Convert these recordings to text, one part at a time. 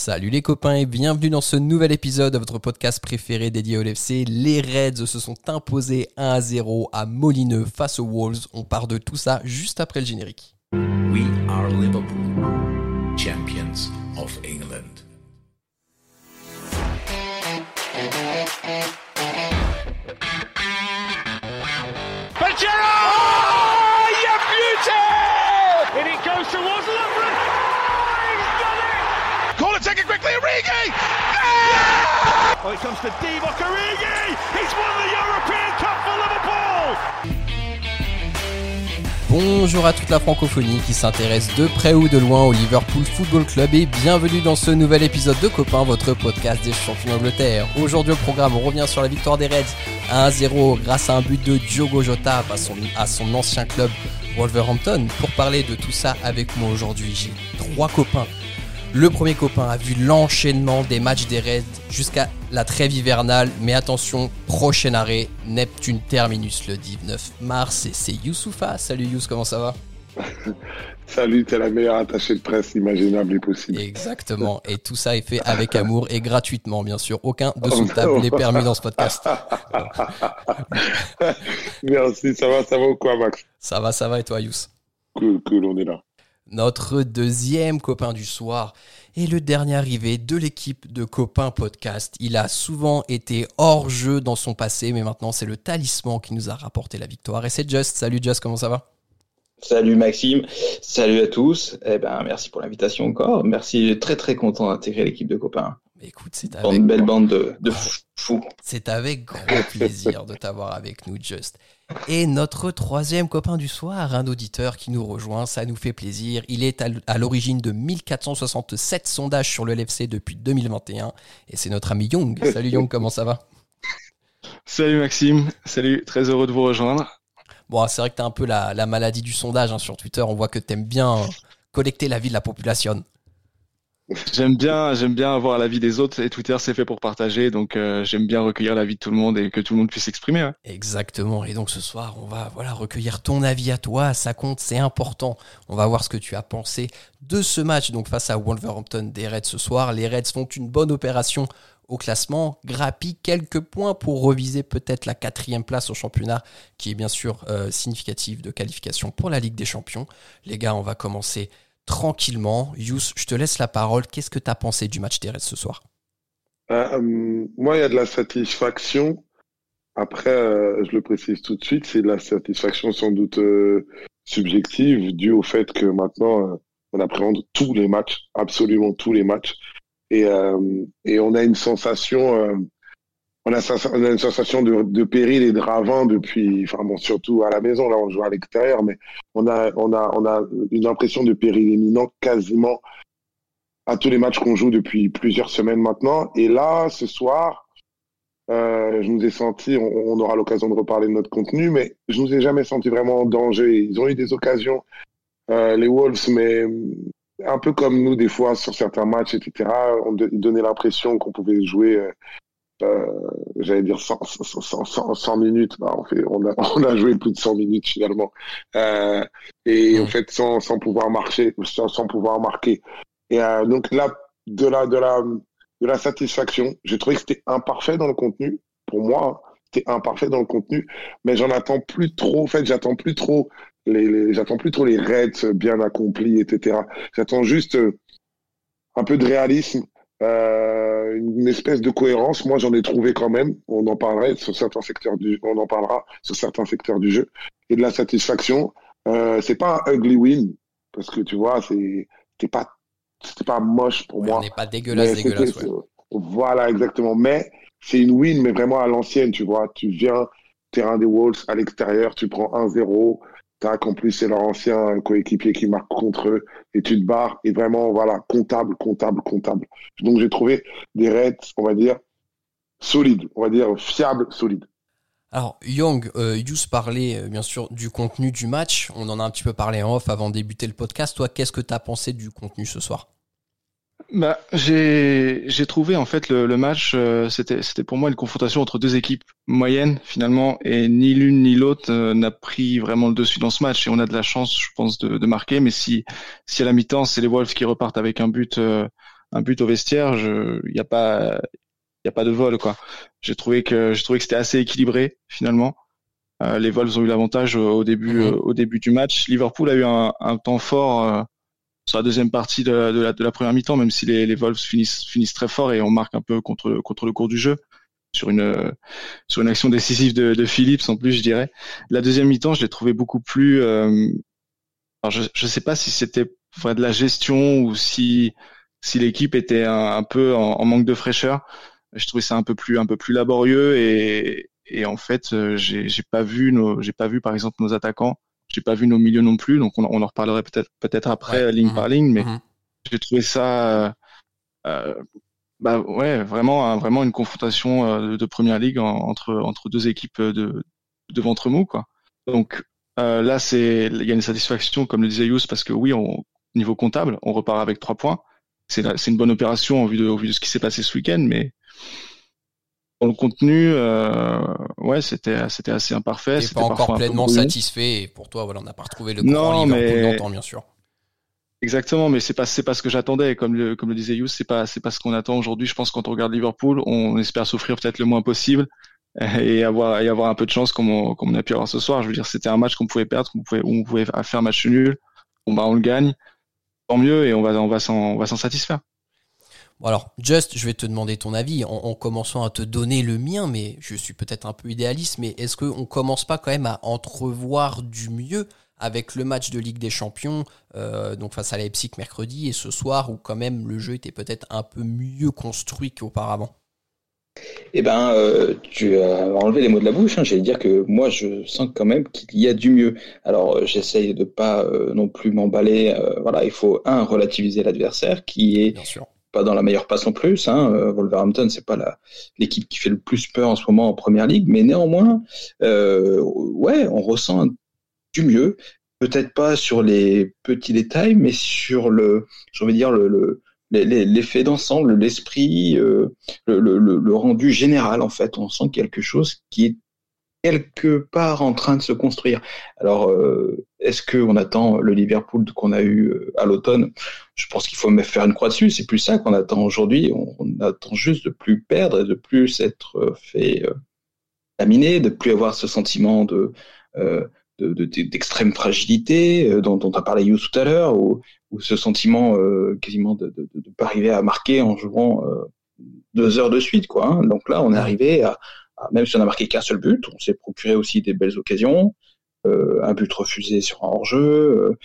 Salut les copains et bienvenue dans ce nouvel épisode de votre podcast préféré dédié au LFC. Les Reds se sont imposés 1-0 à Molineux face aux Wolves. On part de tout ça juste après le générique. We are Liverpool, champions of England. Pajero! Oh, you beauty! And it goes towards Lovren. Oh, he's done it! Call it, take it quickly, Origi! Yeah! Oh, it comes to Divock Origi! He's won the European Cup for Liverpool! Bonjour à toute la francophonie qui s'intéresse de près ou de loin au Liverpool Football Club et bienvenue dans ce nouvel épisode de Copain, votre podcast des champions d'Angleterre. Aujourd'hui au programme, on revient sur la victoire des Reds 1-0 grâce à un but de Diogo Jota à son ancien club Wolverhampton. Pour parler de tout ça avec moi aujourd'hui, j'ai trois copains. Le premier copain a vu l'enchaînement des matchs des Reds jusqu'à la trêve hivernale, mais attention, prochain arrêt, Neptune terminus le 19 mars, et c'est Youssoufa. Salut Youss, comment ça va ? Salut, t'es la meilleure attachée de presse imaginable et possible. Exactement, et tout ça est fait avec amour et gratuitement, bien sûr. Aucun dessous de table n'est permis dans ce podcast. Merci, ça va ou quoi, Max ? Ça va, et toi Youss ? Cool, on est là. Notre deuxième copain du soir est le dernier arrivé de l'équipe de Copain Podcast. Il a souvent été hors jeu dans son passé, mais maintenant c'est le talisman qui nous a rapporté la victoire. Et c'est Just. Salut Just, comment ça va ? Salut Maxime, salut à tous. Merci pour l'invitation encore. Merci, très très content d'intégrer l'équipe de Copain. Écoute, c'est avec une belle bande de fous. C'est avec grand plaisir de t'avoir avec nous, Just. Et notre troisième copain du soir, un auditeur qui nous rejoint, ça nous fait plaisir. Il est à l'origine de 1467 sondages sur le LFC depuis 2021 et c'est notre ami Young. Salut Young, comment ça va ? Salut Maxime, salut, très heureux de vous rejoindre. Bon, c'est vrai que t'as un peu la maladie du sondage hein, sur Twitter, on voit que t'aimes bien collecter l'avis de la population. J'aime bien avoir l'avis des autres et Twitter c'est fait pour partager, donc j'aime bien recueillir l'avis de tout le monde et que tout le monde puisse s'exprimer. Ouais. Exactement, et donc ce soir on va recueillir ton avis à toi, ça compte, c'est important. On va voir ce que tu as pensé de ce match donc face à Wolverhampton des Reds ce soir. Les Reds font une bonne opération au classement, grappillent quelques points pour reviser peut-être la 4e place au championnat qui est bien sûr significative de qualification pour la Ligue des Champions. Les gars, on va commencer tranquillement. Youss, je te laisse la parole. Qu'est-ce que tu as pensé du match des Reds ce soir ? Moi, il y a de la satisfaction. Après, je le précise tout de suite, c'est de la satisfaction sans doute subjective, due au fait que maintenant, on appréhende tous les matchs, absolument tous les matchs. Et on a une sensation... On a une sensation de péril et de ravin depuis, surtout à la maison, là on joue à l'extérieur, mais on a une impression de péril imminent quasiment à tous les matchs qu'on joue depuis plusieurs semaines maintenant. Et là, ce soir, je nous ai senti, on aura l'occasion de reparler de notre contenu, mais je nous ai jamais senti vraiment en danger. Ils ont eu des occasions, les Wolves, mais un peu comme nous des fois sur certains matchs, etc. Ils donnaient l'impression qu'on pouvait jouer... j'allais dire 100 minutes, on a joué plus de 100 minutes finalement, en fait sans pouvoir marcher, sans pouvoir marquer. Et donc là, de la satisfaction. J'ai trouvé que c'était imparfait dans le contenu. Pour moi, c'était imparfait dans le contenu, mais j'en attends plus trop. En fait, j'attends plus trop les Reds bien accomplis, etc. J'attends juste un peu de réalisme. Une espèce de cohérence, moi j'en ai trouvé quand même. On en parlera sur certains secteurs du jeu et de la satisfaction. C'est pas un ugly win parce que tu vois c'était pas moche pour moi. On n'est pas dégueulasse. Ouais. Voilà exactement. Mais c'est une win mais vraiment à l'ancienne, tu vois. Tu viens terrain des Wolves à l'extérieur, tu prends 1-0. Tac, en plus, c'est leur ancien coéquipier qui marque contre eux et tu te barres. Et vraiment, voilà, comptable. Donc, j'ai trouvé des Reds, on va dire, solides, on va dire fiables, solides. Alors, Young, Youss parlait bien sûr du contenu du match. On en a un petit peu parlé en off avant de débuter le podcast. Toi, qu'est-ce que tu as pensé du contenu ce soir ? J'ai trouvé en fait le match, c'était pour moi une confrontation entre deux équipes moyennes finalement, et ni l'une ni l'autre n'a pris vraiment le dessus dans ce match, et on a de la chance, je pense, de marquer. Mais si à la mi-temps c'est les Wolves qui repartent avec un but but au vestiaire, il y a pas de vol, quoi. J'ai trouvé que c'était assez équilibré finalement. Les Wolves ont eu l'avantage au début du match. Liverpool a eu un temps fort sur la deuxième partie de la première mi-temps, même si les Wolves finissent très fort et on marque un peu contre le cours du jeu sur une action décisive de Phillips en plus, je dirais. La deuxième mi-temps, je l'ai trouvé beaucoup plus. Alors je sais pas si c'était vrai de la gestion ou si l'équipe était un peu en manque de fraîcheur. Je trouvais ça un peu plus laborieux et en fait j'ai pas vu par exemple nos attaquants, j'ai pas vu nos milieux non plus, donc on en reparlerait peut-être après ligne par ligne, mais j'ai trouvé ça vraiment une confrontation de première ligue entre deux équipes de ventre mou, quoi. Donc là il y a une satisfaction, comme le disait Yous, parce que oui, niveau comptable, on repart avec 3 points. C'est une bonne opération au vu de ce qui s'est passé ce week-end, mais dans le contenu, c'était assez imparfait. T'es pas encore pleinement satisfait, et pour toi, voilà, on n'a pas retrouvé le grand Liverpool d'antan, bien sûr. Exactement, mais c'est pas ce que j'attendais, comme le disait Yous, c'est pas ce qu'on attend aujourd'hui. Je pense que quand on regarde Liverpool, on espère s'offrir peut-être le moins possible et avoir un peu de chance comme on a pu avoir ce soir. Je veux dire, c'était un match qu'on pouvait perdre, on pouvait faire un match nul. On le gagne, tant mieux, et on va s'en satisfaire. Bon alors, Just, je vais te demander ton avis en commençant à te donner le mien, mais je suis peut-être un peu idéaliste, mais est-ce qu'on commence pas quand même à entrevoir du mieux avec le match de Ligue des Champions, donc face à Leipzig mercredi, et ce soir où quand même le jeu était peut-être un peu mieux construit qu'auparavant? Eh ben, tu as enlevé les mots de la bouche. J'allais dire que moi, je sens quand même qu'il y a du mieux. Alors, j'essaye de pas non plus m'emballer. Voilà, il faut relativiser l'adversaire qui est pas dans la meilleure passe non plus. Wolverhampton, c'est pas l'équipe qui fait le plus peur en ce moment en Première Ligue, mais néanmoins, on ressent du mieux. Peut-être pas sur les petits détails, mais sur l'effet d'ensemble, l'esprit, le rendu général, en fait. On sent quelque chose qui est quelque part en train de se construire. Alors, est-ce qu'on attend le Liverpool qu'on a eu à l'automne? Je pense qu'il faut me faire une croix dessus. C'est plus ça qu'on attend aujourd'hui. On attend juste de plus perdre et de plus être fait laminer, de plus avoir ce sentiment d'extrême fragilité dont on a parlé You tout à l'heure, ou ce sentiment quasiment de pas arriver à marquer en jouant 2 heures de suite, quoi. Hein. Donc là, on est arrivé à même si on a marqué qu'un seul but, on s'est procuré aussi des belles occasions, un but refusé sur un hors-jeu,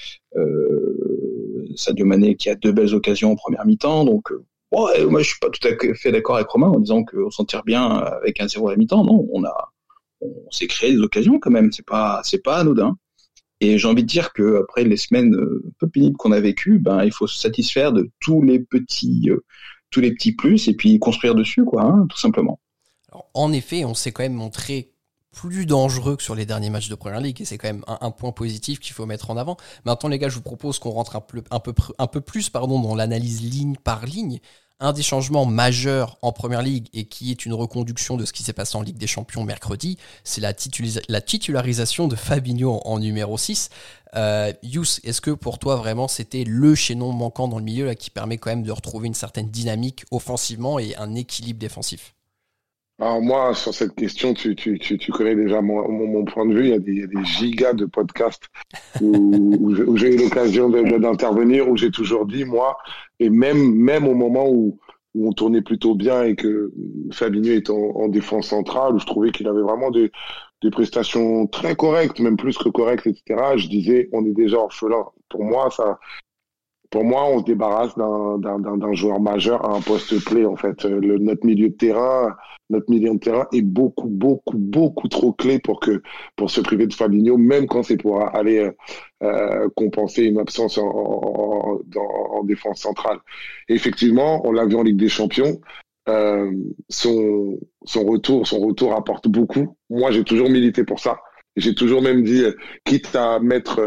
Sadio Mané qui a 2 belles occasions en première mi-temps, donc moi je suis pas tout à fait d'accord avec Romain en disant qu'on s'en tire bien avec un 0 à la mi-temps. Non, on s'est créé des occasions quand même, c'est pas anodin. Et j'ai envie de dire que après les semaines un peu pénibles qu'on a vécues, il faut se satisfaire de tous les petits plus et puis construire dessus, quoi, hein, tout simplement. Alors, en effet, on s'est quand même montré plus dangereux que sur les derniers matchs de Première Ligue, et c'est quand même un point positif qu'il faut mettre en avant. Maintenant, les gars, je vous propose qu'on rentre un peu plus dans l'analyse ligne par ligne. Un des changements majeurs en Première Ligue, et qui est une reconduction de ce qui s'est passé en Ligue des Champions mercredi, c'est la titularisation de Fabinho en numéro 6. Yous, est-ce que pour toi vraiment c'était le chaînon manquant dans le milieu là, qui permet quand même de retrouver une certaine dynamique offensivement et un équilibre défensif? Alors moi, sur cette question, tu connais déjà mon point de vue. Il y a des gigas de podcasts où j'ai eu l'occasion d'intervenir, où j'ai toujours dit, moi, et même au moment où on tournait plutôt bien et que Fabinho est en défense centrale, où je trouvais qu'il avait vraiment des prestations très correctes, même plus que correctes, etc. Je disais, on est déjà orphelin. Pour moi, on se débarrasse d'un joueur majeur à un poste clé, en fait. Notre milieu de terrain est beaucoup trop clé pour se priver de Fabinho, même quand c'est pour aller compenser une absence en défense centrale. Et effectivement, on l'a vu en Ligue des Champions. Son retour apporte beaucoup. Moi, j'ai toujours milité pour ça. J'ai toujours même dit, quitte à mettre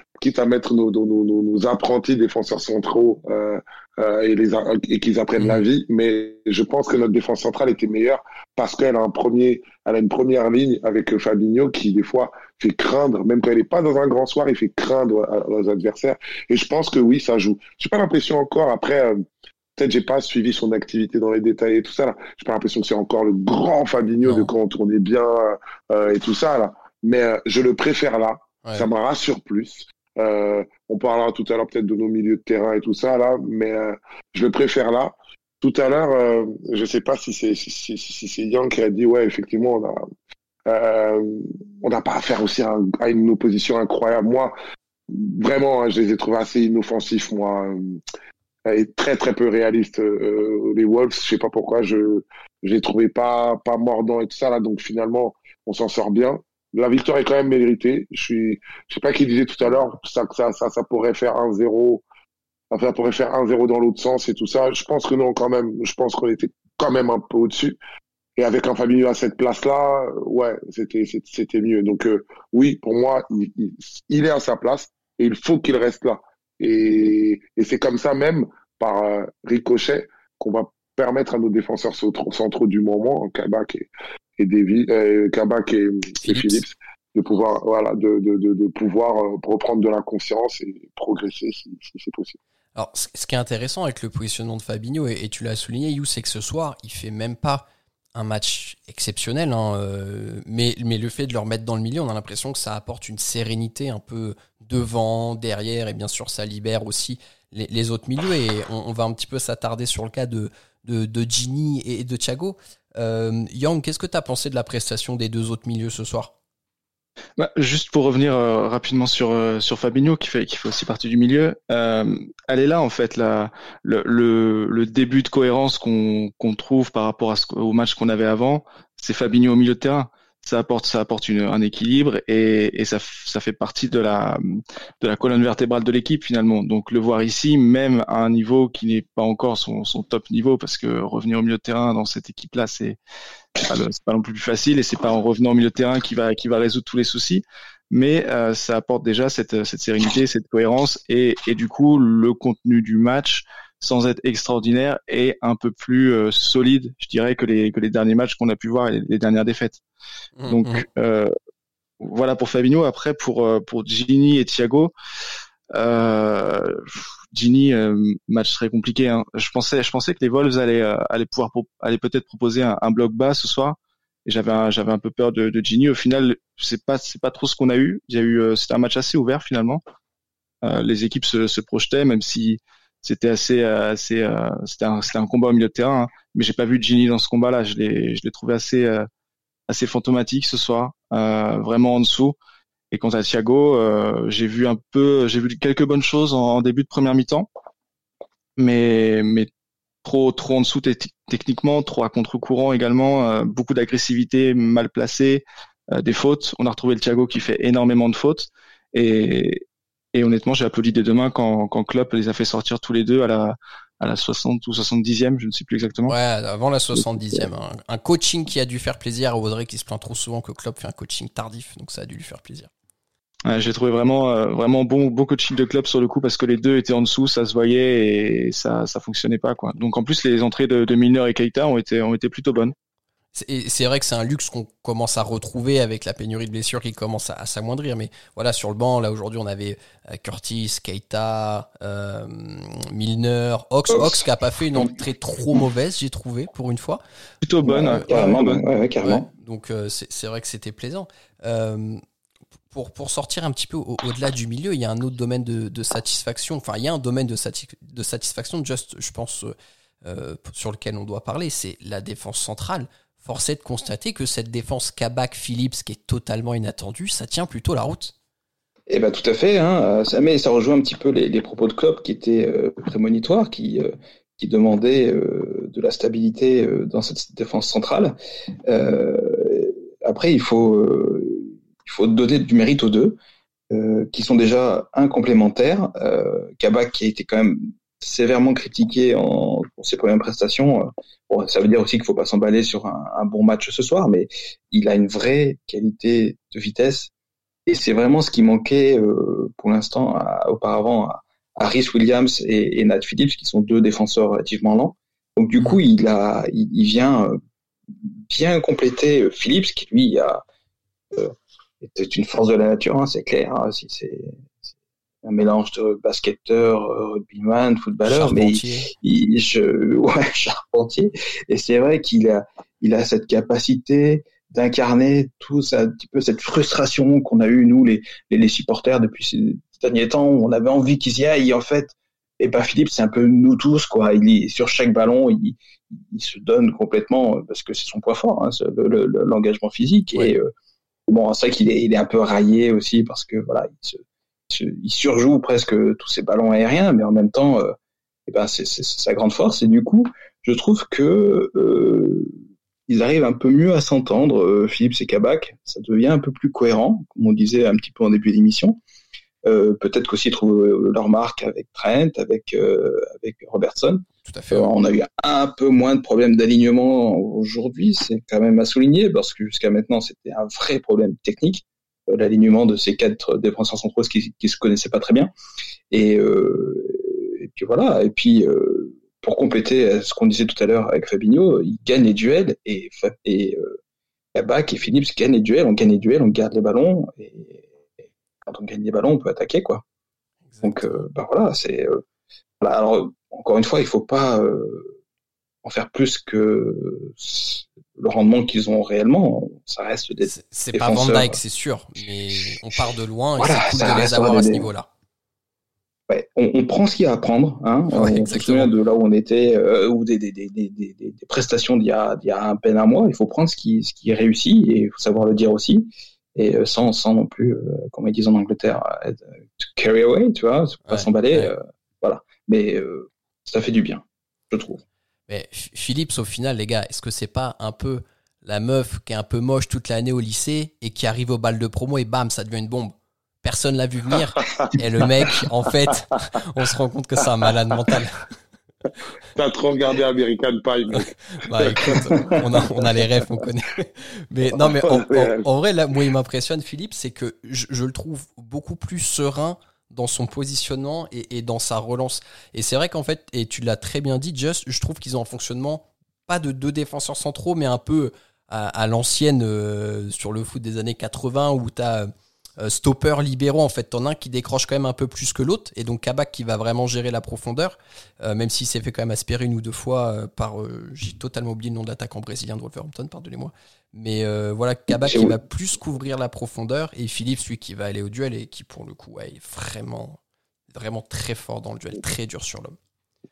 nos apprentis défenseurs centraux et qu'ils apprennent la vie, mais je pense que notre défense centrale était meilleure parce qu'elle a une première ligne avec Fabinho qui des fois fait craindre, même quand elle n'est pas dans un grand soir, il fait craindre aux adversaires. Et je pense que oui, ça joue. J'ai pas l'impression encore après. peut-être j'ai pas suivi son activité dans les détails et tout ça là. J'ai pas l'impression que c'est encore le grand Fabinho de quand on tournait bien et tout ça là. Mais je le préfère là. Ouais. Ça me rassure plus. On parlera tout à l'heure peut-être de nos milieux de terrain et tout ça là, mais je le préfère là. Tout à l'heure, je sais pas si c'est Young qui a dit ouais effectivement on n'a pas affaire aussi à une opposition incroyable. Moi vraiment je les ai trouvés assez inoffensifs moi et très très peu réalistes les Wolves. Je sais pas pourquoi je les trouvais pas mordants et tout ça là, donc finalement on s'en sort bien. La victoire est quand même méritée. Je sais pas qui disait tout à l'heure ça pourrait faire 1-0. Enfin, ça pourrait faire 1-0 dans l'autre sens et tout ça. Je pense que non, quand même. Je pense qu'on était quand même un peu au-dessus. Et avec un Fabinho à cette place-là, ouais, c'était mieux. Donc, oui, pour moi, il est à sa place et il faut qu'il reste là. Et c'est comme ça même, par ricochet, qu'on va permettre à nos défenseurs centraux du moment, Kabak Kabak et Phillips, de pouvoir, voilà, de pouvoir reprendre de la confiance et progresser si c'est possible. Alors, ce qui est intéressant avec le positionnement de Fabinho, et tu l'as souligné, You, c'est que ce soir, il fait même pas un match exceptionnel, hein, mais le fait de le remettre dans le milieu, on a l'impression que ça apporte une sérénité un peu devant, derrière, et bien sûr, ça libère aussi les autres milieux, et on va un petit peu s'attarder sur le cas de Gini et de Thiago. Young, qu'est-ce que tu as pensé de la prestation des deux autres milieux ce soir ? Juste pour revenir rapidement sur Fabinho qui fait aussi partie du milieu, elle est là en fait le début de cohérence qu'on trouve par rapport au match qu'on avait avant, c'est Fabinho au milieu de terrain. Ça apporte un équilibre et ça fait partie de la colonne vertébrale de l'équipe finalement. Donc le voir ici, même à un niveau qui n'est pas encore son top niveau, parce que revenir au milieu de terrain dans cette équipe-là, c'est pas non plus facile, et c'est pas en revenant au milieu de terrain qui va résoudre tous les soucis. Mais ça apporte déjà cette sérénité, cette cohérence et du coup le contenu du match, sans être extraordinaire, est un peu plus solide, je dirais, que les derniers matchs qu'on a pu voir et les dernières défaites. Donc voilà pour Fabinho. Après pour Gini et Thiago, Gini, match très compliqué, hein. Je pensais que les Wolves allaient peut-être proposer un bloc bas ce soir, et j'avais un peu peur de Gini. Au final, c'est pas trop ce qu'on a eu. C'était un match assez ouvert finalement. Les équipes se projetaient, même si c'était c'était un combat au milieu de terrain, hein. Mais j'ai pas vu Gini dans ce combat-là. Je l'ai trouvé assez fantomatique ce soir, vraiment en dessous. Et quant à Thiago, j'ai vu quelques bonnes choses en début de première mi-temps, mais trop en dessous techniquement, trop à contre-courant également, beaucoup d'agressivité mal placée, des fautes. On a retrouvé le Thiago qui fait énormément de fautes, et honnêtement, j'ai applaudi des deux mains quand Klopp les a fait sortir tous les deux à la 60 ou 70e, je ne sais plus exactement. Ouais, avant la 70e. Un coaching qui a dû faire plaisir à Audrey, qui se plaint trop souvent que Klopp fait un coaching tardif, donc ça a dû lui faire plaisir. Ouais, j'ai trouvé vraiment bon coaching de Klopp sur le coup, parce que les deux étaient en dessous, ça se voyait et ça fonctionnait pas, quoi. Donc en plus les entrées de Milner et Keita ont été plutôt bonnes. C'est vrai que c'est un luxe qu'on commence à retrouver avec la pénurie de blessures qui commence à s'amoindrir, mais voilà, sur le banc là aujourd'hui on avait Curtis, Keita, Milner, Ox qui a pas fait une entrée trop mauvaise, j'ai trouvé, pour une fois. Plutôt bonne, carrément. Ouais, carrément. Ouais, donc c'est vrai que c'était plaisant. Pour sortir un petit peu au-delà du milieu, il y a un autre domaine de satisfaction. Enfin, il y a un domaine de satisfaction, je pense, sur lequel on doit parler, c'est la défense centrale. Force est de constater que cette défense Kabak-Phillips, qui est totalement inattendue, ça tient plutôt la route. Eh ben tout à fait, hein. Ça rejoint un petit peu les propos de Klopp qui étaient prémonitoires, qui demandaient de la stabilité dans cette défense centrale. Après, il faut donner du mérite aux deux, qui sont déjà complémentaires. Kabak, qui a été quand même sévèrement critiqué pour ses premières prestations. Bon, ça veut dire aussi qu'il faut pas s'emballer sur un bon match ce soir, mais il a une vraie qualité de vitesse, et c'est vraiment ce qui manquait pour l'instant auparavant à Rhys Williams et Nat Phillips, qui sont deux défenseurs relativement lents. Donc du coup, il vient bien compléter Phillips, qui lui était une force de la nature, hein, c'est clair. Hein, un mélange de basketteur, rugbyman, footballeur, mais charpentier. Et c'est vrai qu'il a cette capacité d'incarner tout ça, un petit peu cette frustration qu'on a eu nous les supporters depuis ces derniers temps où on avait envie qu'ils y aillent. Et en fait, Philippe, c'est un peu nous tous, quoi. Sur chaque ballon, il se donne complètement parce que c'est son point fort, hein, l'engagement physique. Ouais. Et bon, c'est vrai qu'il est un peu raillé aussi parce que voilà, il surjoue presque tous ces ballons aériens, mais en même temps, c'est sa grande force. Et du coup, je trouve que ils arrivent un peu mieux à s'entendre, Phillips et Kabak. Ça devient un peu plus cohérent, comme on disait un petit peu en début d'émission. Peut-être qu'aussi ils trouvent leur marque avec Trent, avec Robertson. Tout à fait. On a eu un peu moins de problèmes d'alignement aujourd'hui, c'est quand même à souligner, parce que jusqu'à maintenant c'était un vrai problème technique, l'alignement de ces 4 défenseurs centraux qui se connaissaient pas très bien. Et puis voilà. Et puis pour compléter ce qu'on disait tout à l'heure avec Fabinho, il gagne les duels et Kabak et Phillips gagnent les duels. On gagne les duels, on garde les ballons et quand on gagne des ballons, on peut attaquer, quoi. Exactement. Donc, voilà, c'est. Voilà. Alors, encore une fois, il faut pas en faire plus que le rendement qu'ils ont réellement. Ça reste des. C'est défenseurs. pas Van Dijk, c'est sûr, mais on part de loin et voilà, c'est cool de les avoir à ce niveau-là. Ouais, on prend ce qu'il y a à prendre. Hein. Ouais, on se souvient de là où on était, ou des prestations d'il y a à peine un mois. Il faut prendre ce qui réussit et il faut savoir le dire aussi. Et sans non plus, comme ils disent en Angleterre, to carry away, tu vois, pas s'emballer, voilà. Mais ça fait du bien, je trouve. Mais Phillips, au final, les gars, est-ce que c'est pas un peu la meuf qui est un peu moche toute l'année au lycée et qui arrive au bal de promo et bam, ça devient une bombe? Personne l'a vu venir. Et le mec, en fait, on se rend compte que c'est un malade mental. T'as trop regardé American Pie, mec. Bah écoute, on a les refs, on connaît. Mais non, mais en vrai, là, moi, il m'impressionne, Philippe, c'est que je le trouve beaucoup plus serein dans son positionnement et dans sa relance. Et c'est vrai qu'en fait, et tu l'as très bien dit, Just, je trouve qu'ils ont un fonctionnement, pas de 2 défenseurs centraux, mais un peu à l'ancienne sur le foot des années 80 où t'as stopper libéraux, en fait, t'en as un qui décroche quand même un peu plus que l'autre, et donc Kabak qui va vraiment gérer la profondeur, même s'il s'est fait quand même aspirer 1 ou 2 fois par, j'ai totalement oublié le nom de l'attaquant brésilien de Wolverhampton, pardonnez-moi, mais voilà, Kabak qui va plus couvrir la profondeur, et Phillips, lui, qui va aller au duel, et qui pour le coup est vraiment très fort dans le duel, très dur sur l'homme.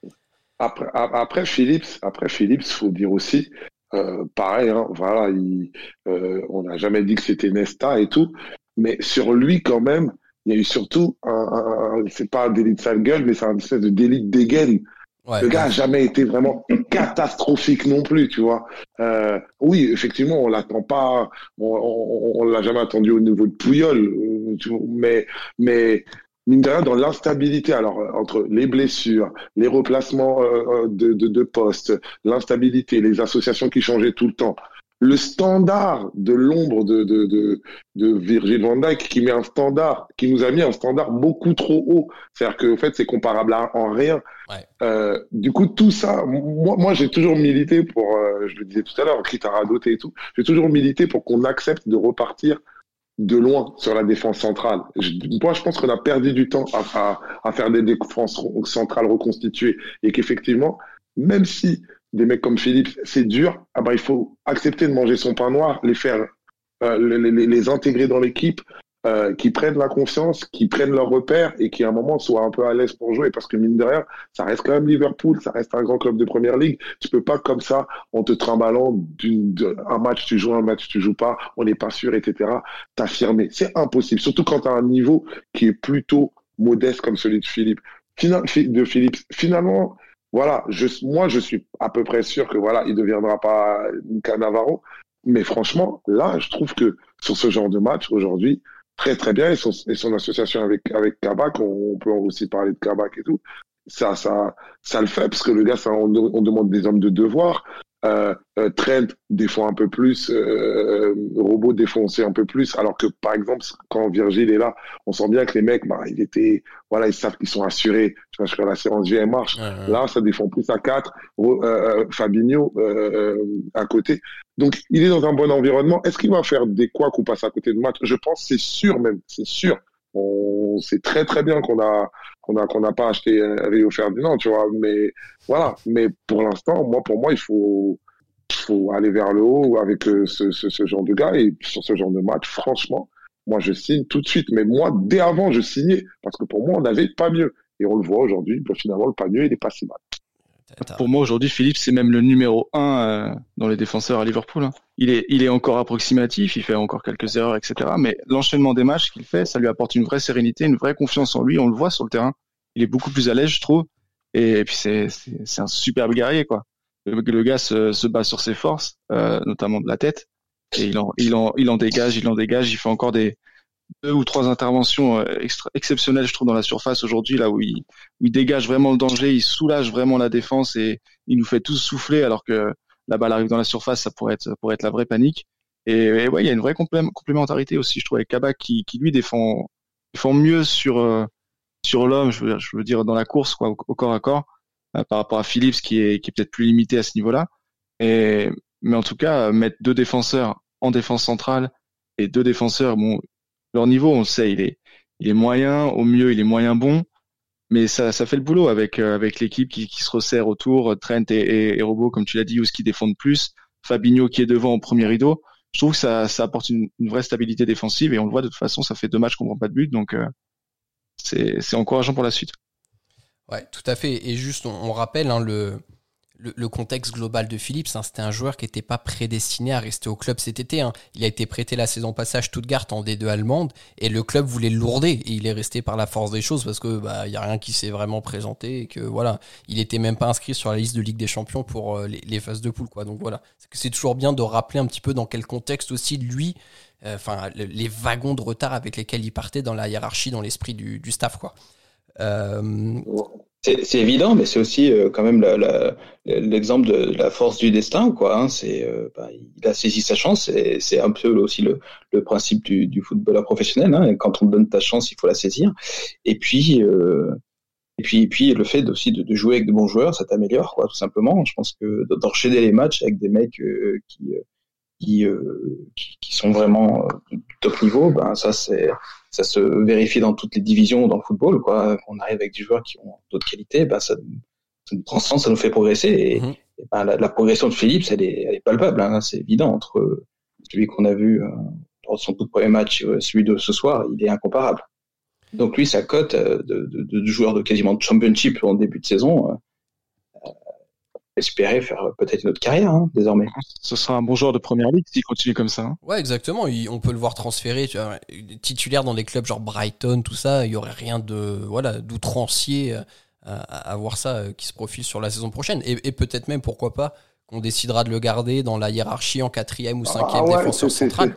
Après Phillips, faut dire aussi, pareil, hein, voilà, on n'a jamais dit que c'était Nesta et tout, mais sur lui quand même, il y a eu surtout c'est pas un délit de sale gueule, mais c'est un espèce de délit de dégaine. Ouais, le gars a jamais été vraiment catastrophique non plus, tu vois. Oui, effectivement, on l'attend pas, on l'a jamais attendu au niveau de Puyol, mais mine de rien, dans l'instabilité, alors entre les blessures, les replacements de postes, l'instabilité, les associations qui changeaient tout le temps, le standard de l'ombre de Virgil van Dijk qui nous a mis un standard beaucoup trop haut. C'est-à-dire que, en fait, c'est comparable en rien. Ouais. Du coup, tout ça, moi, j'ai toujours milité pour, je le disais tout à l'heure, quitte à radoter et tout, j'ai toujours milité pour qu'on accepte de repartir de loin sur la défense centrale. Moi, je pense qu'on a perdu du temps à faire des défenses centrales reconstituées et qu'effectivement, même si des mecs comme Philippe, c'est dur, il faut accepter de manger son pain noir, les faire, les intégrer dans l'équipe, qui prennent la confiance, qui prennent leurs repères et qui à un moment soient un peu à l'aise pour jouer parce que mine de rien, ça reste quand même Liverpool, ça reste un grand club de Première Ligue. Tu peux pas comme ça, en te trimballant un match tu joues, un match tu joues pas, on n'est pas sûr, etc. T'affirmer, c'est impossible. Surtout quand t'as un niveau qui est plutôt modeste comme celui de Philippe. Finalement, voilà, moi je suis à peu près sûr que voilà, il deviendra pas Cannavaro, mais franchement, là, je trouve que sur ce genre de match aujourd'hui, très très bien, et son association avec Kabak, on peut aussi parler de Kabak et tout, ça le fait parce que le gars, on demande des hommes de devoir. Trent défend un peu plus, Robot défonçait un peu plus, alors que par exemple quand Virgil est là, on sent bien que les mecs, ils savent qu'ils sont assurés, tu vois, que la séance VM marche. Là, ça défend plus à 4, Fabinho à côté. Donc il est dans un bon environnement. Est-ce qu'il va faire des couacs ou passer à côté de match? Je pense, c'est sûr. On sait très très bien qu'on n'a pas acheté Rio Ferdinand, tu vois. Mais voilà. Mais pour l'instant, pour moi, il faut aller vers le haut avec ce genre de gars, et sur ce genre de match, franchement, moi je signe tout de suite. Mais moi, dès avant, je signais parce que pour moi, on n'avait pas mieux. Et on le voit aujourd'hui, finalement, le pas mieux, il est pas si mal. Pour moi, aujourd'hui, Philippe, c'est même le numéro 1 dans les défenseurs à Liverpool. Hein. Il est encore approximatif, il fait encore quelques erreurs, etc. Mais l'enchaînement des matchs qu'il fait, ça lui apporte une vraie sérénité, une vraie confiance en lui. On le voit sur le terrain. Il est beaucoup plus à l'aise, je trouve. Et puis, c'est un superbe guerrier, quoi. Le gars se bat sur ses forces, notamment de la tête. Et il en dégage. Il fait encore 2 ou 3 interventions exceptionnelles, je trouve, dans la surface aujourd'hui, là où il dégage vraiment le danger, il soulage vraiment la défense et il nous fait tous souffler alors que la balle arrive dans la surface, ça pourrait être la vraie panique. Et ouais, il y a une vraie complémentarité aussi, je trouve, avec Kabak qui lui défend mieux sur l'homme, je veux dire dans la course, quoi, au corps à corps, par rapport à Phillips qui est peut-être plus limité à ce niveau-là. Mais en tout cas, mettre 2 défenseurs en défense centrale et 2 défenseurs, bon, leur niveau, on le sait, il est moyen, au mieux, il est moyen bon, mais ça fait le boulot avec l'équipe qui se resserre autour, Trent et Robbo, comme tu l'as dit, ou ce qui défendent plus, Fabinho qui est devant au premier rideau. Je trouve que ça apporte une vraie stabilité défensive et on le voit de toute façon, ça fait 2 matchs qu'on prend pas de but, donc c'est encourageant pour la suite. Ouais, tout à fait. Et juste, on rappelle hein, le contexte global de Phillips, hein, c'était un joueur qui n'était pas prédestiné à rester au club cet été. Hein. Il a été prêté la saison passée à Stuttgart en D2 allemande et le club voulait le lourder et il est resté par la force des choses parce que y a rien qui s'est vraiment présenté et que voilà, il était même pas inscrit sur la liste de Ligue des Champions pour les phases de poule, quoi. Donc voilà, c'est toujours bien de rappeler un petit peu dans quel contexte aussi lui, les wagons de retard avec lesquels il partait dans la hiérarchie, dans l'esprit du staff, quoi. C'est évident, mais c'est aussi quand même l'exemple de la force du destin, quoi. Hein. Il a saisi sa chance, et c'est un peu aussi le principe du footballeur professionnel. Hein. Et quand on te donne ta chance, il faut la saisir. Et puis le fait aussi de jouer avec de bons joueurs, ça t'améliore, quoi, tout simplement. Je pense que d'enchaîner les matchs avec des mecs qui sont vraiment du top niveau, ça se vérifie dans toutes les divisions dans le football, quoi. On arrive avec des joueurs qui ont d'autres qualités, ça nous transcende, ça nous fait progresser. Et la progression de Phillips, elle est palpable, hein. C'est évident entre celui qu'on a vu dans son tout premier match, celui de ce soir, il est incomparable. Donc lui, sa cote de joueur de quasiment de championship en début de saison, espérer faire peut-être une autre carrière, hein, désormais. Ce sera un bon joueur de première ligue s'il continue comme ça. Hein. Ouais, exactement. On peut le voir transférer, tu vois, titulaire dans des clubs genre Brighton, tout ça. Il y aurait rien d'outrancier à voir ça qui se profile sur la saison prochaine. Et peut-être même, pourquoi pas, qu'on décidera de le garder dans la hiérarchie en 4e ou 5e défenseur central.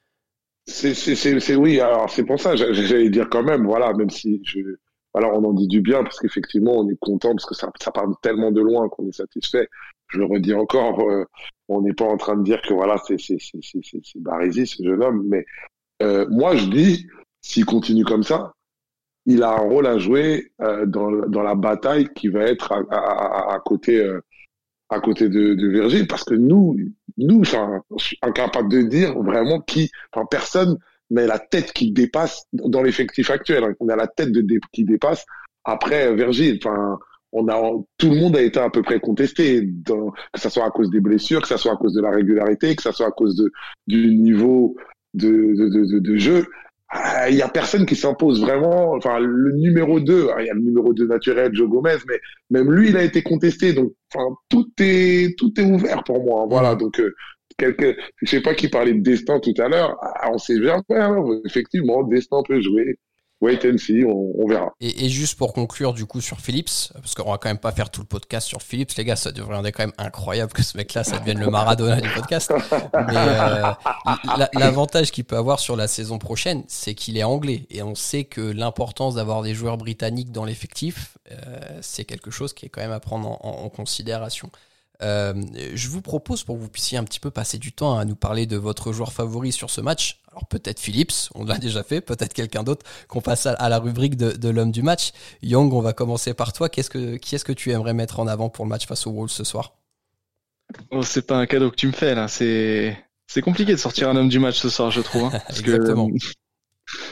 Oui, alors c'est pour ça, j'allais dire quand même, voilà, même si alors on en dit du bien parce qu'effectivement on est content parce que ça part tellement de loin qu'on est satisfait. Je le redis encore, on n'est pas en train de dire que voilà c'est Baresi ce jeune homme, mais moi je dis s'il continue comme ça, il a un rôle à jouer dans la bataille qui va être à côté de Virgil, parce que nous je suis incapable de dire vraiment personne mais la tête qui dépasse dans l'effectif actuel. Hein. On a la tête qui dépasse après Virgil. Enfin, tout le monde a été à peu près contesté, que ça soit à cause des blessures, que ça soit à cause de la régularité, que ça soit à cause du niveau de jeu. Il y a personne qui s'impose vraiment. Enfin, le numéro 2, il y a le numéro 2 naturel, Joe Gomez, mais même lui, il a été contesté. Donc, enfin, tout est ouvert pour moi. Hein. Voilà. Donc, je sais pas qui parlait de destin tout à l'heure. On sait bien, effectivement, destin peut jouer. Wait and see, on verra. Et juste pour conclure du coup sur Phillips, parce qu'on va quand même pas faire tout le podcast sur Phillips, les gars, ça deviendrait quand même incroyable que ce mec-là, ça devienne le Maradona du podcast. Mais l'avantage qu'il peut avoir sur la saison prochaine, c'est qu'il est anglais. Et on sait que l'importance d'avoir des joueurs britanniques dans l'effectif, c'est quelque chose qui est quand même à prendre en considération. Je vous propose, pour que vous puissiez un petit peu passer du temps à nous parler de votre joueur favori sur ce match, alors peut-être Phillips, on l'a déjà fait, peut-être quelqu'un d'autre, qu'on passe à la rubrique de l'homme du match. Young, on va commencer par toi. Qui est-ce que tu aimerais mettre en avant pour le match face aux Wolves ce soir? Oh, c'est pas un cadeau que tu me fais là, c'est compliqué de sortir un homme du match ce soir, je trouve. Hein, parce Exactement.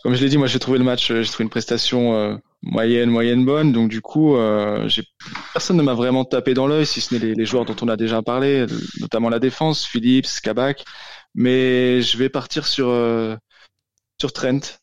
comme je l'ai dit, moi j'ai trouvé une prestation moyenne bonne. Donc du coup, personne ne m'a vraiment tapé dans l'œil, si ce n'est les joueurs dont on a déjà parlé, notamment la défense, Phillips, Kabak. Mais je vais partir sur Trent.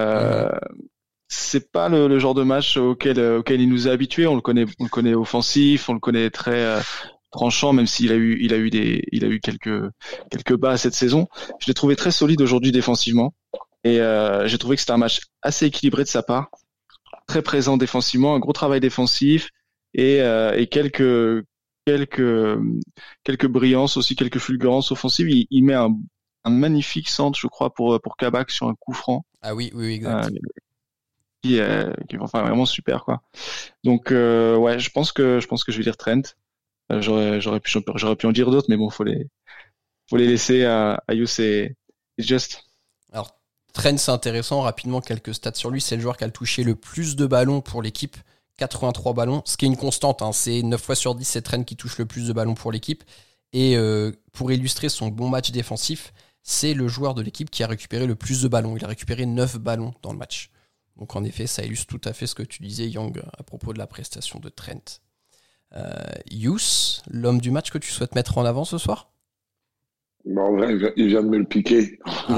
C'est pas le genre de match auquel il nous a habitués. On le connaît offensif, on le connaît très tranchant, même s'il a eu quelques bas cette saison. Je l'ai trouvé très solide aujourd'hui défensivement, et j'ai trouvé que c'était un match assez équilibré de sa part, très présent défensivement, un gros travail défensif, et quelques brillances aussi, quelques fulgurances offensives. Il met un magnifique centre, je crois, pour Kabak sur un coup franc. Ah oui, exact. Qui est enfin vraiment super, quoi. Donc ouais, je pense que je vais dire Trent. J'aurais pu en dire d'autres, mais bon, faut les laisser à Yous et Just. Alors Trent, c'est intéressant. Rapidement, quelques stats sur lui. C'est le joueur qui a touché le plus de ballons pour l'équipe, 83 ballons, ce qui est une constante, hein. C'est 9 fois sur 10, c'est Trent qui touche le plus de ballons pour l'équipe. Et pour illustrer son bon match défensif, c'est le joueur de l'équipe qui a récupéré le plus de ballons. Il a récupéré 9 ballons dans le match. Donc en effet, ça illustre tout à fait ce que tu disais, Yang, à propos de la prestation de Trent. Yous, l'homme du match que tu souhaites mettre en avant ce soir? En vrai, il vient de me le piquer.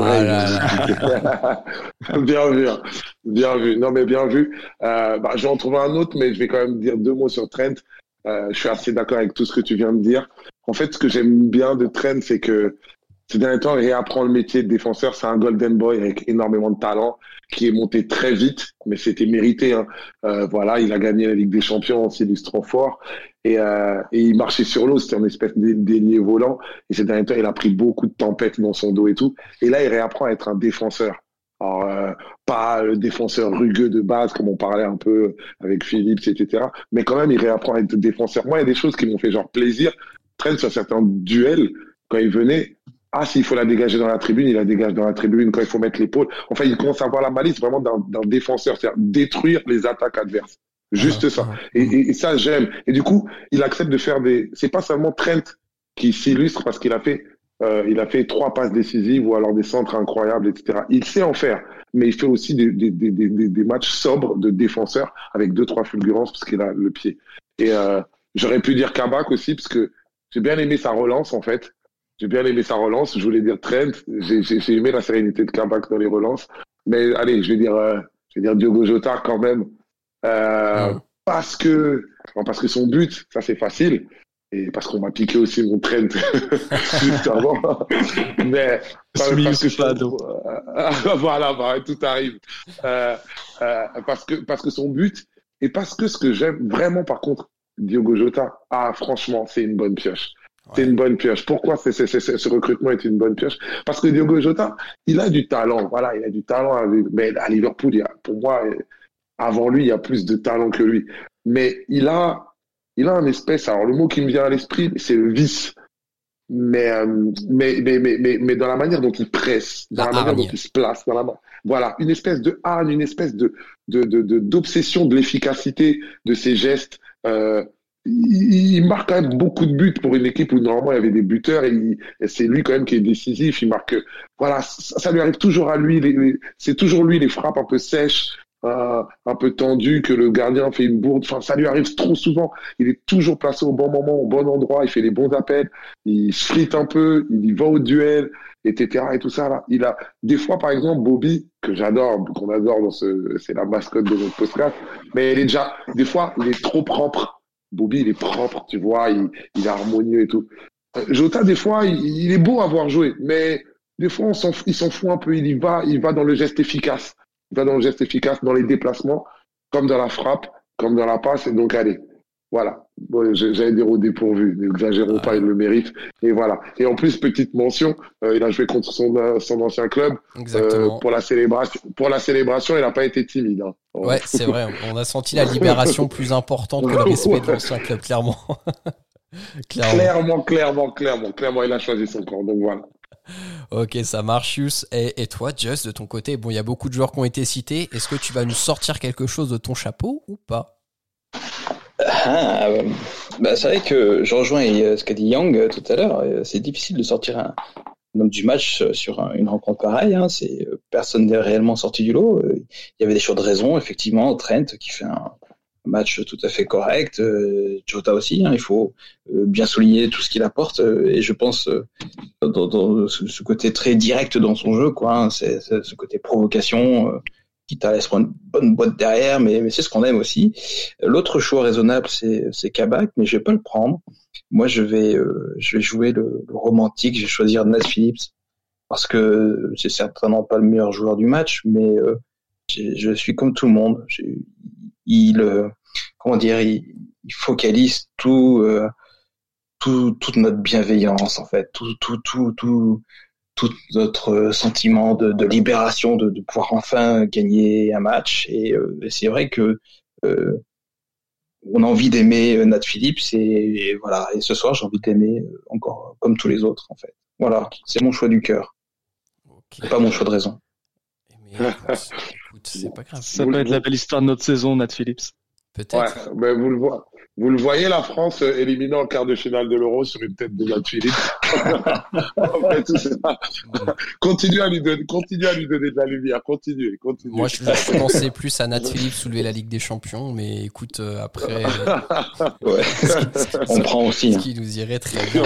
Bien vu. Non, mais bien vu. Je vais en trouver un autre, mais je vais quand même dire 2 mots sur Trent. Je suis assez d'accord avec tout ce que tu viens de dire. En fait, ce que j'aime bien de Trent, c'est que ces derniers temps, il réapprend le métier de défenseur. C'est un golden boy avec énormément de talent, qui est monté très vite, mais c'était mérité, hein. Voilà, il a gagné la Ligue des Champions en s'illustrant fort, et il marchait sur l'eau. C'était une espèce d'ailier volant, et ces derniers temps, il a pris beaucoup de tempêtes dans son dos et tout. Et là, il réapprend à être un défenseur. Alors, pas le défenseur rugueux de base, comme on parlait un peu avec Phillips, etc. Mais quand même, il réapprend à être défenseur. Moi, il y a des choses qui m'ont fait genre plaisir. Trent, sur certains duels, quand il venait, s'il faut la dégager dans la tribune, il la dégage dans la tribune. Quand il faut mettre l'épaule, enfin, il commence à avoir la malice vraiment d'un défenseur, c'est-à-dire détruire les attaques adverses. Juste ça. Et ça, j'aime. Et du coup, il accepte de faire c'est pas seulement Trent qui s'illustre parce qu'il a fait 3 passes décisives ou alors des centres incroyables, etc. Il sait en faire, mais il fait aussi des matchs sobres de défenseur avec 2-3 fulgurances parce qu'il a le pied. Et j'aurais pu dire Kabak aussi, parce que j'ai bien aimé sa relance, en fait. Je voulais dire Trent. J'ai aimé la sérénité de Kabak dans les relances. Mais allez, je vais dire Diogo Jota quand même. Parce que son but, ça c'est facile. Et parce qu'on m'a piqué aussi mon Trent juste avant. Mais voilà, tout arrive. Parce que son but, et parce que ce que j'aime vraiment, par contre, Diogo Jota, franchement, c'est une bonne pioche. Ouais. C'est une bonne pioche. Pourquoi ce recrutement est une bonne pioche? Parce que Diogo Jota, il a du talent. Voilà, il a du talent. Mais à Liverpool, pour moi, avant lui, il y a plus de talent que lui. Mais il a un espèce, alors le mot qui me vient à l'esprit, c'est le vice. Mais dans la manière dont il presse, dans la manière dont il se place, voilà, une espèce de hargne, une espèce d'obsession de l'efficacité de ses gestes. Il marque quand même beaucoup de buts pour une équipe où normalement il y avait des buteurs, et c'est lui quand même qui est décisif. Il marque, voilà, ça lui arrive toujours à lui. C'est toujours lui les frappes un peu sèches, un peu tendues, que le gardien fait une bourde. Enfin, ça lui arrive trop souvent. Il est toujours placé au bon moment, au bon endroit. Il fait les bons appels. Il se frite un peu. Il y va au duel, etc. Et tout ça là. Il a des fois, par exemple, Bobby, qu'on adore c'est la mascotte de notre podcast. Mais des fois, il est trop propre. Bobby, il est propre, tu vois, il est harmonieux et tout. Jota, des fois, il est beau à voir jouer, mais des fois, il s'en fout un peu. Il va dans le geste efficace. Il va dans le geste efficace, dans les déplacements, comme dans la frappe, comme dans la passe. Et donc, allez, voilà. Bon, j'allais dire au dépourvu, n'exagérons pas, il le mérite. Et voilà. Et en plus, petite mention, il a joué contre son ancien club. Pour la célébration, il n'a pas été timide. Hein. Ouais, c'est vrai. On a senti la libération plus importante que le respect de l'ancien club, clairement. Clairement, il a choisi son camp. Donc voilà. Ok, ça marche, Yous. Et toi, Just, de ton côté, bon, il y a beaucoup de joueurs qui ont été cités. Est-ce que tu vas nous sortir quelque chose de ton chapeau ou pas? C'est vrai que je rejoins ce qu'a dit Yang tout à l'heure. C'est difficile de sortir l'homme du match sur une rencontre pareille. Hein. Personne n'est réellement sorti du lot. Il y avait des choix de raison, effectivement. Trent qui fait un match tout à fait correct. Jota aussi. Hein. Il faut bien souligner tout ce qu'il apporte. Et je pense dans ce côté très direct dans son jeu, quoi. Hein. C'est ce côté provocation. Quitte à se prendre une bonne boîte derrière, mais c'est ce qu'on aime aussi. L'autre choix raisonnable, c'est Kabak, mais je vais pas le prendre. Moi, je vais jouer le romantique. Je vais choisir Nat Phillips parce que c'est certainement pas le meilleur joueur du match, mais je suis comme tout le monde. Il focalise toute notre bienveillance en fait, tout notre sentiment de libération, de pouvoir enfin gagner un match. Et c'est vrai que on a envie d'aimer Nat Phillips et voilà. Et ce soir, j'ai envie d'aimer encore comme tous les autres en fait. Voilà, c'est mon choix du cœur. Okay. C'est pas mon choix de raison. Mais écoute, c'est pas grave. Ça peut être la belle histoire de notre saison, Nat Phillips. Peut-être. Ouais, mais vous le voyez, la France éliminée en quart de finale de l'Euro sur une tête de Nat Phillips. Après tout ça, continue à lui donner de la lumière. Continue. Moi, je pensais plus à Nat Phillips soulever la Ligue des Champions, mais écoute, après, ouais. On prend aussi. Ce qui nous irait très bien.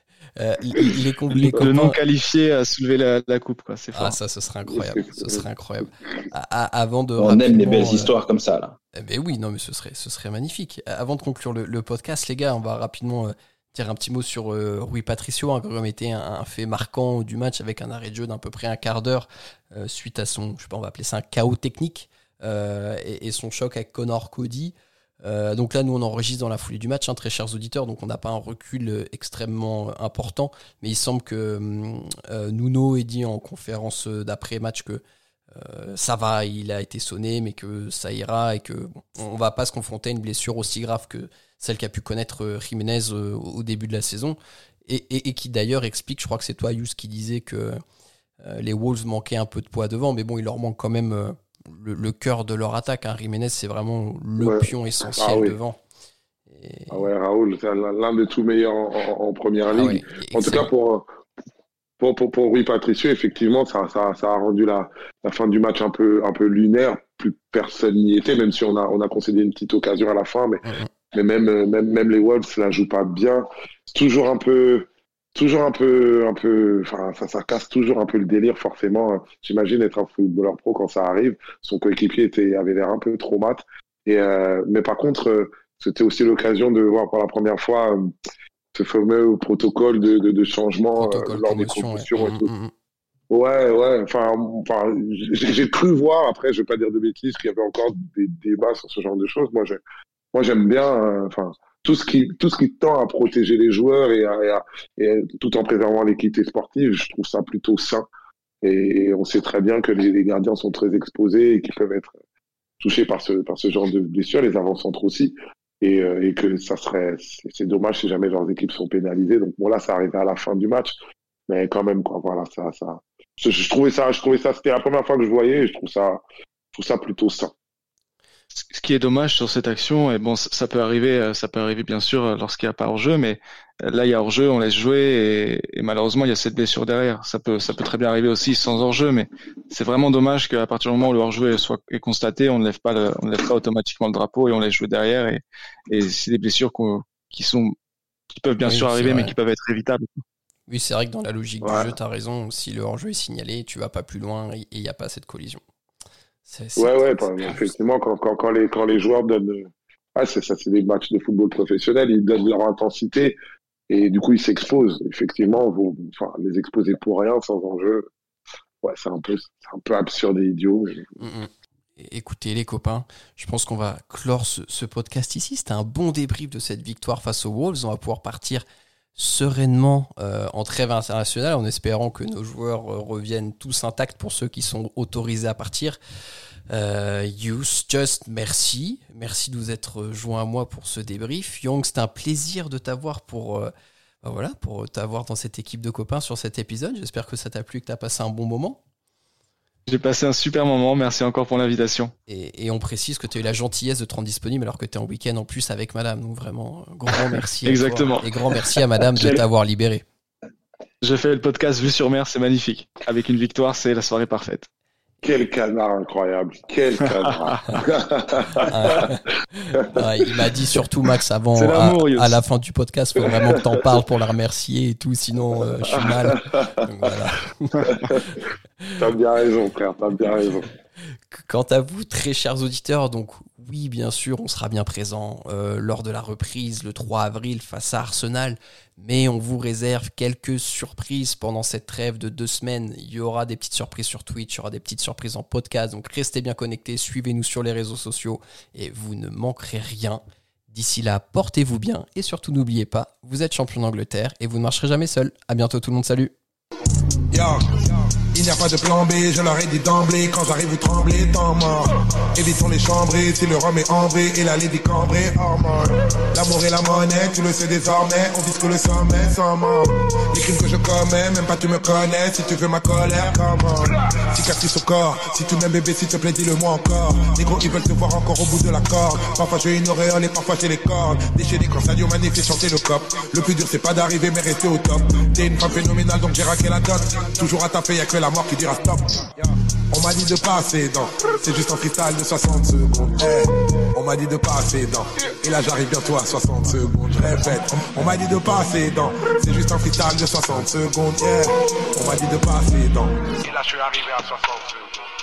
Les le non qualifié à soulever la coupe, quoi. C'est fort. Ah, ça, ce serait incroyable. Avant de on aime les belles histoires comme ça, là. Ben oui, non, mais ce serait magnifique. Avant de conclure le podcast, les gars, on va rapidement dire un petit mot sur Rui Patricio, qui a quand même été un fait marquant du match avec un arrêt de jeu d'à peu près un quart d'heure suite à son, je sais pas, on va appeler ça un chaos technique et son choc avec Connor Cody. Donc là, nous, on enregistre dans la foulée du match, hein, très chers auditeurs, donc on n'a pas un recul extrêmement important, mais il semble que Nuno ait dit en conférence d'après-match que ça va, il a été sonné, mais que ça ira et que on va pas se confronter à une blessure aussi grave que celle qu'a pu connaître Jiménez au début de la saison et qui d'ailleurs explique, je crois que c'est toi Yous qui disait que les Wolves manquaient un peu de poids devant, mais bon, il leur manque quand même le cœur de leur attaque. Hein. Jiménez, c'est vraiment le pion essentiel devant. Ah ouais, Raoul, c'est l'un des tout meilleurs en première ligue. Ouais, en tout cas, pour Rui Patricio, effectivement, ça a rendu la fin du match un peu lunaire. Plus personne n'y était, même si on a concédé une petite occasion à la fin, mais même les Wolves la jouent pas bien. C'est toujours un peu, enfin, ça casse toujours un peu le délire, forcément. J'imagine être un footballeur pro quand ça arrive. Son coéquipier avait l'air un peu trop mat. Mais par contre, c'était aussi l'occasion de voir pour la première fois ce fameux protocole de changement lors des compétitions et tout. Ouais. Enfin, j'ai cru voir. Après, je vais pas dire de bêtises, qu'il y avait encore des débats sur ce genre de choses. Moi, j'aime bien. Enfin, tout ce qui tend à protéger les joueurs et tout en préservant l'équité sportive, je trouve ça plutôt sain. Et on sait très bien que les gardiens sont très exposés et qu'ils peuvent être touchés par ce genre de blessures, les avant-centres aussi. Et que c'est dommage si jamais leurs équipes sont pénalisées. Donc bon, là, ça arrivait à la fin du match, mais quand même, quoi. Voilà, je trouvais ça, c'était la première fois que je voyais, et je trouve ça plutôt sain. Ce qui est dommage sur cette action, et bon, ça peut arriver bien sûr lorsqu'il n'y a pas hors-jeu, mais là il y a hors-jeu, on laisse jouer et malheureusement il y a cette blessure derrière. Ça peut très bien arriver aussi sans hors-jeu, mais c'est vraiment dommage qu'à partir du moment où le hors-jeu est constaté, on ne lève pas automatiquement le drapeau et on laisse jouer derrière et c'est des blessures qui peuvent bien sûr arriver, mais qui peuvent être évitables. Oui, c'est vrai que dans la logique du jeu, t'as raison. Si le hors-jeu est signalé, tu vas pas plus loin et il n'y a pas cette collision. Effectivement, quand les joueurs donnent, c'est des matchs de football professionnel, ils donnent leur intensité et du coup ils s'exposent. Effectivement, les exposer pour rien sans enjeu, c'est un peu absurde et idiot. Écoutez les copains, je pense qu'on va clore ce podcast ici. C'était un bon débrief de cette victoire face aux Wolves. On va pouvoir partir sereinement en trêve internationale en espérant que nos joueurs reviennent tous intacts pour ceux qui sont autorisés à partir. Just merci de vous être joint à moi pour ce débrief. Young, c'était un plaisir de t'avoir pour t'avoir dans cette équipe de copains sur cet épisode. J'espère que ça t'a plu et que t'as passé un bon moment. J'ai passé un super moment, merci encore pour l'invitation. Et on précise que tu as eu la gentillesse de te rendre disponible alors que tu es en week-end en plus avec madame. Donc vraiment, grand merci. Exactement. Et grand merci à madame de t'avoir libéré. Je fais le podcast Vue sur Mer, c'est magnifique. Avec une victoire, c'est la soirée parfaite. Quel canard incroyable. Quel canard. Il m'a dit surtout, Max, avant, à la fin du podcast, faut vraiment que t'en parles pour la remercier et tout, sinon je suis mal. Donc, voilà. T'as bien raison, frère, t'as bien raison. Quant à vous, très chers auditeurs, donc oui, bien sûr, on sera bien présent lors de la reprise le 3 avril face à Arsenal, mais on vous réserve quelques surprises pendant cette trêve de 2 semaines. Il y aura des petites surprises sur Twitch, il y aura des petites surprises en podcast, donc restez bien connectés, suivez-nous sur les réseaux sociaux et vous ne manquerez rien. D'ici là, portez-vous bien et surtout n'oubliez pas, vous êtes champion d'Angleterre et vous ne marcherez jamais seul. À bientôt tout le monde, salut. Il n'y a pas de plan B, je leur ai dit d'emblée. Quand j'arrive vous tremblez, temps mort. Évitons les chambrées, si le rhum est ambré et la lady cambrée, hors mort. L'amour et la monnaie, tu le sais désormais. On vise que le sommet sans mort. Les crimes que je commets, même pas tu me connais. Si tu veux ma colère, comment? Cicatrice au corps, si tu m'aimes bébé, s'il te plaît, dis-le-moi encore. Les gros, ils veulent te voir encore au bout de la corde. Parfois j'ai une auréole et parfois j'ai les cordes. Déchaîné quand Sadio Mané fait chanter le cop. Le plus dur c'est pas d'arriver mais rester au top. T'es une femme phénoménale donc j'ai raqué la dot. Toujours à taper, y'a que la mort qui dira stop. On m'a dit de passer dans, c'est juste un freestyle de 60 secondes. Hey. On m'a dit de passer dans, et là j'arrive bientôt à 60 secondes. Je répète, on m'a dit de passer dans, c'est juste un freestyle de 60 secondes. Yeah. On m'a dit de passer dans, et là je suis arrivé à 60 secondes.